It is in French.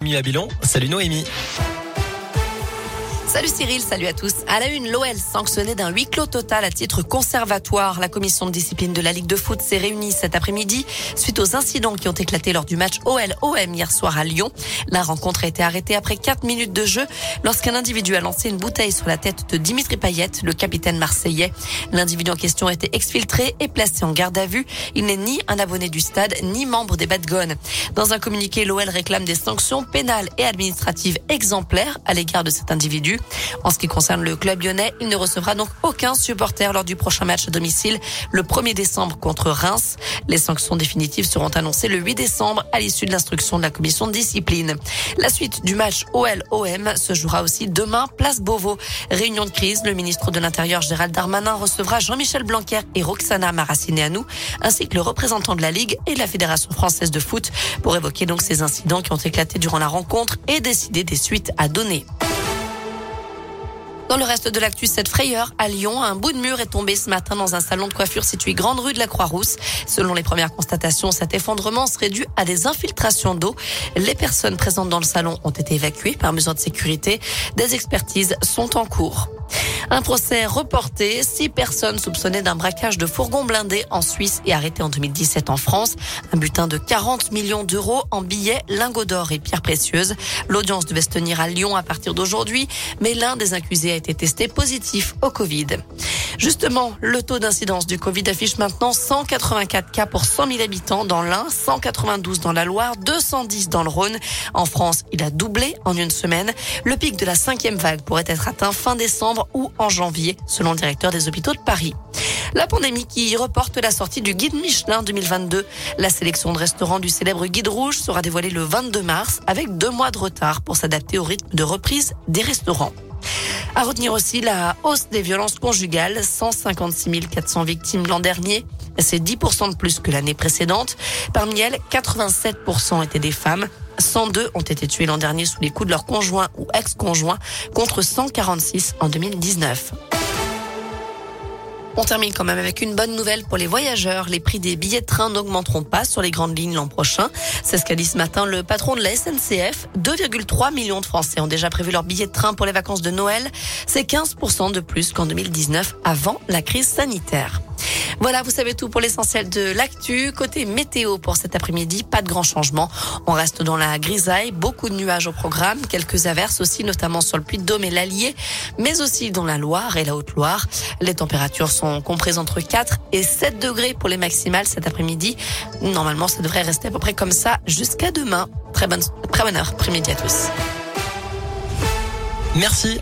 Noémie Mabilon. Salut Noémie. Salut Cyril, salut à tous. À la une, l'OL sanctionné d'un huis clos total à titre conservatoire. La commission de discipline de la Ligue de foot s'est réunie cet après-midi suite aux incidents qui ont éclaté lors du match OL-OM hier soir à Lyon. La rencontre a été arrêtée après 4 minutes de jeu lorsqu'un individu a lancé une bouteille sur la tête de Dimitri Payet, le capitaine marseillais. L'individu en question a été exfiltré et placé en garde à vue. Il n'est ni un abonné du stade, ni membre des Bad Guns. Dans un communiqué, l'OL réclame des sanctions pénales et administratives exemplaires à l'égard de cet individu. En ce qui concerne le club lyonnais, il ne recevra donc aucun supporter lors du prochain match à domicile le 1er décembre contre Reims. Les sanctions définitives seront annoncées le 8 décembre à l'issue de l'instruction de la commission de discipline. La suite du match OL-OM se jouera aussi demain, place Beauvau. Réunion de crise, le ministre de l'Intérieur Gérald Darmanin recevra Jean-Michel Blanquer et Roxana Maracineanu, ainsi que le représentant de la Ligue et de la Fédération française de foot pour évoquer donc ces incidents qui ont éclaté durant la rencontre et décider des suites à donner. Dans le reste de l'actu, cette frayeur à Lyon, un bout de mur est tombé ce matin dans un salon de coiffure situé grande rue de la Croix-Rousse. Selon les premières constatations, cet effondrement serait dû à des infiltrations d'eau. Les personnes présentes dans le salon ont été évacuées par mesure de sécurité. Des expertises sont en cours. Un procès reporté. 6 personnes soupçonnées d'un braquage de fourgons blindés en Suisse et arrêtées en 2017 en France. Un butin de 40 millions d'euros en billets, lingots d'or et pierres précieuses. L'audience devait se tenir à Lyon à partir d'aujourd'hui, mais l'un des accusés a été testé positif au Covid. Justement, le taux d'incidence du Covid affiche maintenant 184 cas pour 100 000 habitants dans l'Ain, 192 dans la Loire, 210 dans le Rhône. En France, il a doublé en une semaine. Le pic de la 5e vague pourrait être atteint fin décembre ou en janvier, selon le directeur des hôpitaux de Paris. La pandémie qui reporte la sortie du guide Michelin 2022. La sélection de restaurants du célèbre guide rouge sera dévoilée le 22 mars avec 2 mois de retard pour s'adapter au rythme de reprise des restaurants. À retenir aussi la hausse des violences conjugales, 156 400 victimes l'an dernier. C'est 10% de plus que l'année précédente. Parmi elles, 87% étaient des femmes. 102 ont été tuées l'an dernier sous les coups de leur conjoint ou ex-conjoint, contre 146 en 2019. On termine quand même avec une bonne nouvelle pour les voyageurs. Les prix des billets de train n'augmenteront pas sur les grandes lignes l'an prochain. C'est ce qu'a dit ce matin le patron de la SNCF. 2,3 millions de Français ont déjà prévu leurs billets de train pour les vacances de Noël. C'est 15% de plus qu'en 2019, avant la crise sanitaire. Voilà, vous savez tout pour l'essentiel de l'actu. Côté météo pour cet après-midi, pas de grands changements. On reste dans la grisaille, beaucoup de nuages au programme, quelques averses aussi, notamment sur le Puy-de-Dôme et l'Allier, mais aussi dans la Loire et la Haute-Loire. Les températures sont comprises entre 4 et 7 degrés pour les maximales cet après-midi. Normalement, ça devrait rester à peu près comme ça jusqu'à demain. Très bonne heure après-midi à tous. Merci.